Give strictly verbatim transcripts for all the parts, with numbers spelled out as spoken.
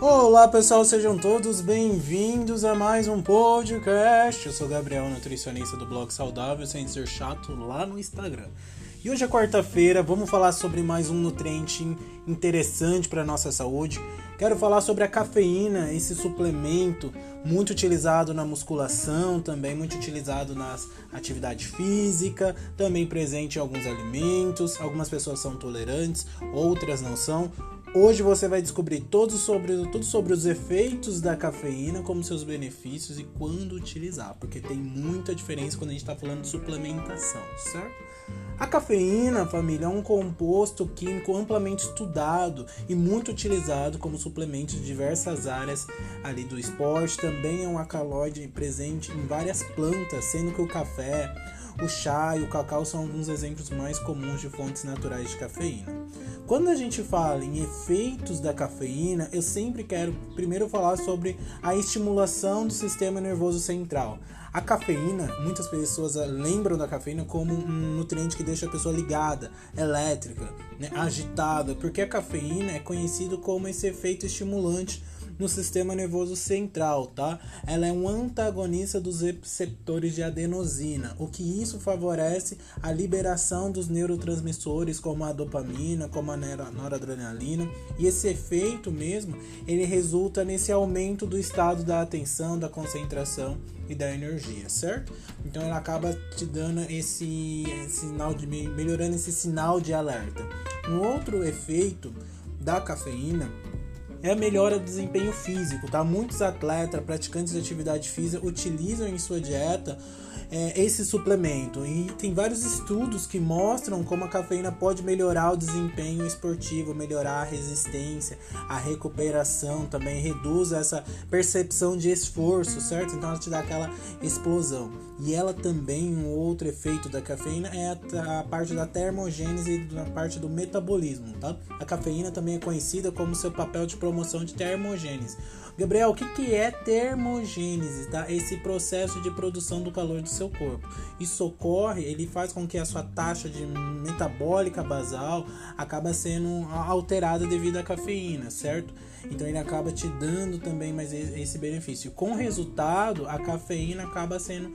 Olá pessoal, sejam todos bem-vindos a mais um podcast. Eu sou Gabriel, nutricionista do blog Saudável Sem Ser Chato lá no Instagram. E hoje é quarta-feira, vamos falar sobre mais um nutriente interessante para a nossa saúde. Quero falar sobre a cafeína, esse suplemento muito utilizado na musculação, também muito utilizado na atividade física, também presente em alguns alimentos. Algumas pessoas são tolerantes, outras não são. Hoje você vai descobrir tudo sobre, tudo sobre os efeitos da cafeína, como seus benefícios e quando utilizar, porque tem muita diferença quando a gente está falando de suplementação, certo? A cafeína, família, é um composto químico amplamente estudado e muito utilizado como suplemento de diversas áreas ali do esporte. Também é um alcaloide presente em várias plantas, sendo que o café, o chá e o cacau são alguns exemplos mais comuns de fontes naturais de cafeína. Quando a gente fala em efeitos da cafeína, eu sempre quero primeiro falar sobre a estimulação do sistema nervoso central. A cafeína, muitas pessoas lembram da cafeína como um nutriente que deixa a pessoa ligada, elétrica, né, agitada, porque a cafeína é conhecido como esse efeito estimulante no sistema nervoso central, tá? Ela é um antagonista dos receptores de adenosina, o que isso favorece a liberação dos neurotransmissores como a dopamina, como a noradrenalina, e esse efeito mesmo, ele resulta nesse aumento do estado da atenção, da concentração e da energia, certo? Então ela acaba te dando esse, esse sinal de melhorando esse sinal de alerta. Um outro efeito da cafeína é a melhora do desempenho físico, tá? Muitos atletas, praticantes de atividade física utilizam em sua dieta é, esse suplemento, e tem vários estudos que mostram como a cafeína pode melhorar o desempenho esportivo, melhorar a resistência, a recuperação, também reduz essa percepção de esforço, certo? Então ela te dá aquela explosão. E ela também, um outro efeito da cafeína é a, a parte da termogênese e da parte do metabolismo, tá? A cafeína também é conhecida como seu papel de promoção de termogênese. Gabriel, o que, que é termogênese, tá? Esse processo de produção do calor do seu corpo. Isso ocorre, ele faz com que a sua taxa de metabólica basal acaba sendo alterada devido à cafeína, certo? Então ele acaba te dando também mais esse benefício. Com o resultado, a cafeína acaba sendo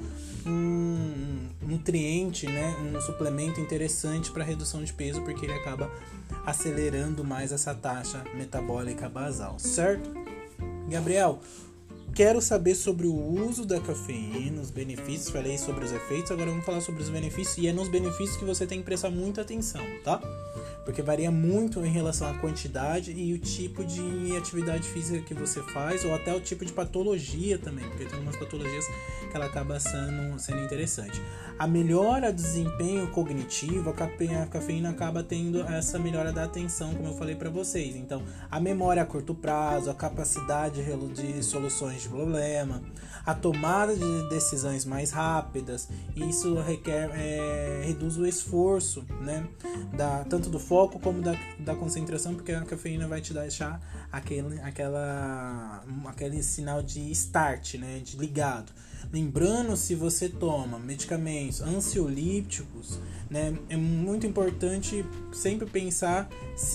um nutriente, né? Um suplemento interessante para redução de peso, porque ele acaba acelerando mais essa taxa metabólica basal, certo? Gabriel, quero saber sobre o uso da cafeína, os benefícios, falei sobre os efeitos, agora vamos falar sobre os benefícios, e é nos benefícios que você tem que prestar muita atenção, tá? Porque varia muito em relação à quantidade e o tipo de atividade física que você faz, ou até o tipo de patologia também, porque tem algumas patologias que ela acaba sendo, sendo interessante. A melhora do desempenho cognitivo, a cafeína, a cafeína acaba tendo essa melhora da atenção, como eu falei para vocês. Então, a memória a curto prazo, a capacidade de soluções de problema, a tomada de decisões mais rápidas, e isso requer, é, reduz o esforço, né, da, tanto do foco como da, da concentração, porque a cafeína vai te deixar aquele, aquela, aquele sinal de start, né, de ligado. Lembrando, se você toma medicamentos ansiolíticos, né, é muito importante sempre pensar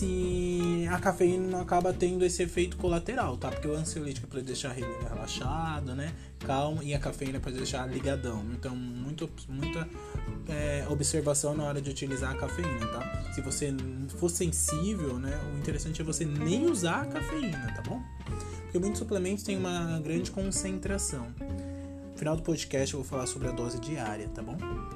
se a cafeína não acaba tendo esse efeito colateral, tá? Porque o ansiolítico é para deixar relaxado, né, calmo, e a cafeína é para deixar ligadão. Então, muito, muita é, observação na hora de utilizar a cafeína, tá? Se você for sensível, né, o interessante é você nem usar a cafeína, tá bom? Porque muitos suplementos têm uma grande concentração. No final do podcast eu vou falar sobre a dose diária, tá bom?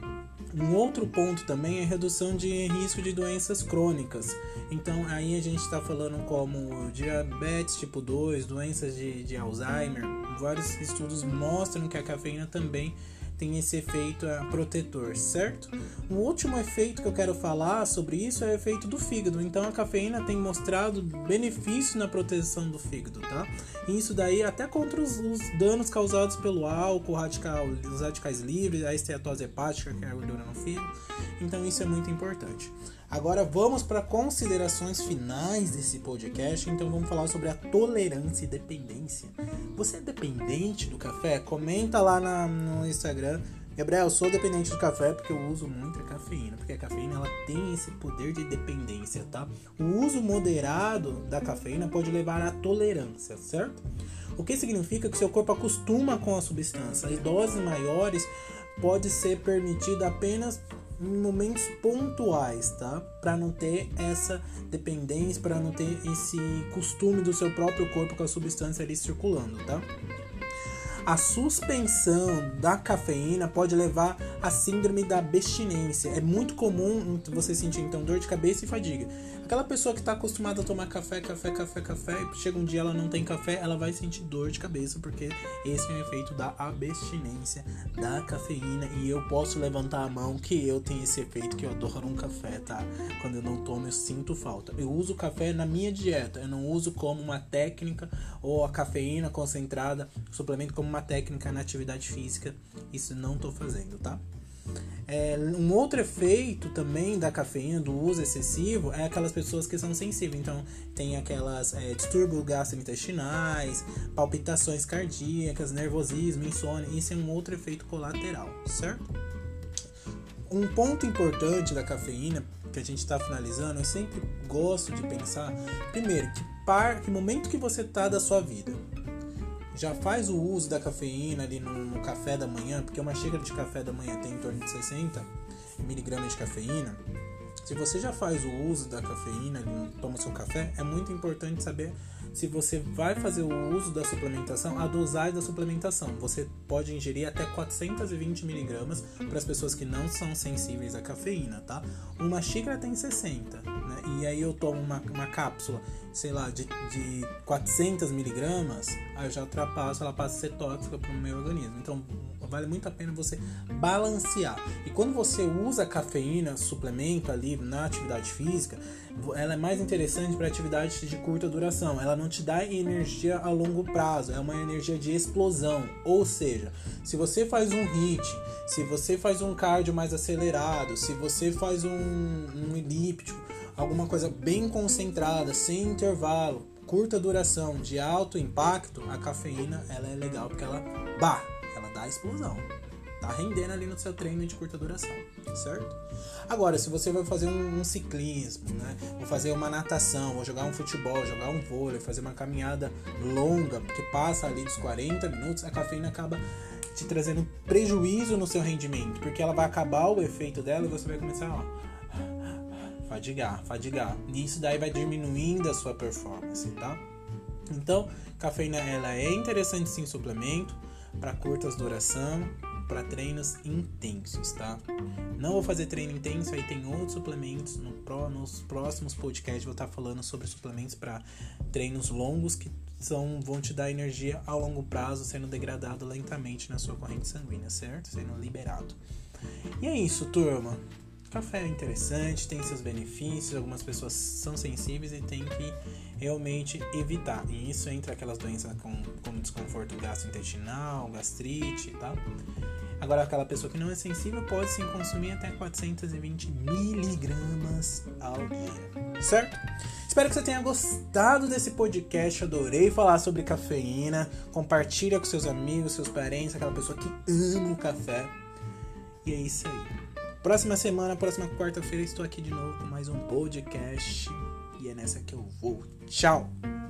Um outro ponto também é a redução de risco de doenças crônicas. Então aí a gente está falando como diabetes tipo dois, doenças de, de Alzheimer. Vários estudos mostram que a cafeína também tem esse efeito protetor, certo? O último efeito que eu quero falar sobre isso é o efeito do fígado. Então a cafeína tem mostrado benefício na proteção do fígado, tá? E isso daí até contra os, os danos causados pelo álcool, radical, os radicais livres, a esteatose hepática, que é a gordura no fígado. Então isso é muito importante. Agora vamos para considerações finais desse podcast. Então vamos falar sobre a tolerância e dependência. Você é dependente do café? Comenta lá na, no Instagram Gabriel, eu sou dependente do café porque eu uso muita cafeína, porque a cafeína ela tem esse poder de dependência, tá? O uso moderado da cafeína pode levar à tolerância, certo? O que significa que seu corpo acostuma com a substância e doses maiores pode ser permitida apenas em momentos pontuais, tá? Para não ter essa dependência, para não ter esse costume do seu próprio corpo com a substância ali circulando, tá? A suspensão da cafeína pode levar à síndrome da abstinência. É muito comum você sentir então dor de cabeça e fadiga. Aquela pessoa que está acostumada a tomar café, café, café, café, chega um dia ela não tem café, ela vai sentir dor de cabeça, porque esse é o efeito da abstinência da cafeína. E eu posso levantar a mão que eu tenho esse efeito, que eu adoro um café, tá? Quando eu não tomo, eu sinto falta. Eu uso café na minha dieta, eu não uso como uma técnica ou a cafeína concentrada, suplemento como uma técnica na atividade física. Isso não tô fazendo, tá? É, um outro efeito também da cafeína, do uso excessivo, é aquelas pessoas que são sensíveis. Então tem aquelas é, distúrbios gastrointestinais, palpitações cardíacas, nervosismo, insônia. Isso é um outro efeito colateral, certo? Um ponto importante da cafeína que a gente está finalizando, eu sempre gosto de pensar, primeiro, que, par, que momento que você tá da sua vida. Já faz o uso da cafeína ali no, no café da manhã, porque uma xícara de café da manhã tem em torno de sessenta miligramas de cafeína. Se você já faz o uso da cafeína, toma seu café, é muito importante saber se você vai fazer o uso da suplementação, a dosagem da suplementação. Você pode ingerir até quatrocentos e vinte miligramas para as pessoas que não são sensíveis à cafeína, tá? Uma xícara tem sessenta, né? E aí eu tomo uma, uma cápsula, sei lá, de, de quatrocentos miligramas, aí eu já ultrapasso, ela passa a ser tóxica para o meu organismo. Então, vale muito a pena você balancear. E quando você usa a cafeína, suplemento ali na atividade física, ela é mais interessante para atividades de curta duração. Ela não te dá energia a longo prazo, é uma energia de explosão. Ou seja, se você faz um hit, se você faz um cardio mais acelerado, se você faz um, um elíptico, alguma coisa bem concentrada, sem intervalo, curta duração, de alto impacto, a cafeína ela é legal porque ela, bah, ela dá explosão. Tá rendendo ali no seu treino de curta duração, certo? Agora, se você vai fazer um, um ciclismo, né? Vou fazer uma natação, vou jogar um futebol, jogar um vôlei, fazer uma caminhada longa, que passa ali dos quarenta minutos, a cafeína acaba te trazendo prejuízo no seu rendimento, porque ela vai acabar o efeito dela e você vai começar, ó, fadigar, fadigar. E isso daí vai diminuindo a sua performance, tá? Então, cafeína, ela é interessante sim, suplemento para curtas duração, para treinos intensos, tá? Não vou fazer treino intenso, aí tem outros suplementos no pro, nos próximos podcasts. Vou estar falando sobre suplementos para treinos longos que são, vão te dar energia a longo prazo, sendo degradado lentamente na sua corrente sanguínea, certo? Sendo liberado. E é isso, turma. Café é interessante, tem seus benefícios, algumas pessoas são sensíveis e tem que realmente evitar. E isso entra aquelas doenças como, como desconforto gastrointestinal, gastrite, tá? Agora, aquela pessoa que não é sensível pode sim consumir até quatrocentos e vinte miligramas ao dia, certo? Espero que você tenha gostado desse podcast, adorei falar sobre cafeína. Compartilha com seus amigos, seus parentes, aquela pessoa que ama o café. E é isso aí. Próxima semana, próxima quarta-feira, estou aqui de novo com mais um podcast. E é nessa que eu vou. Tchau!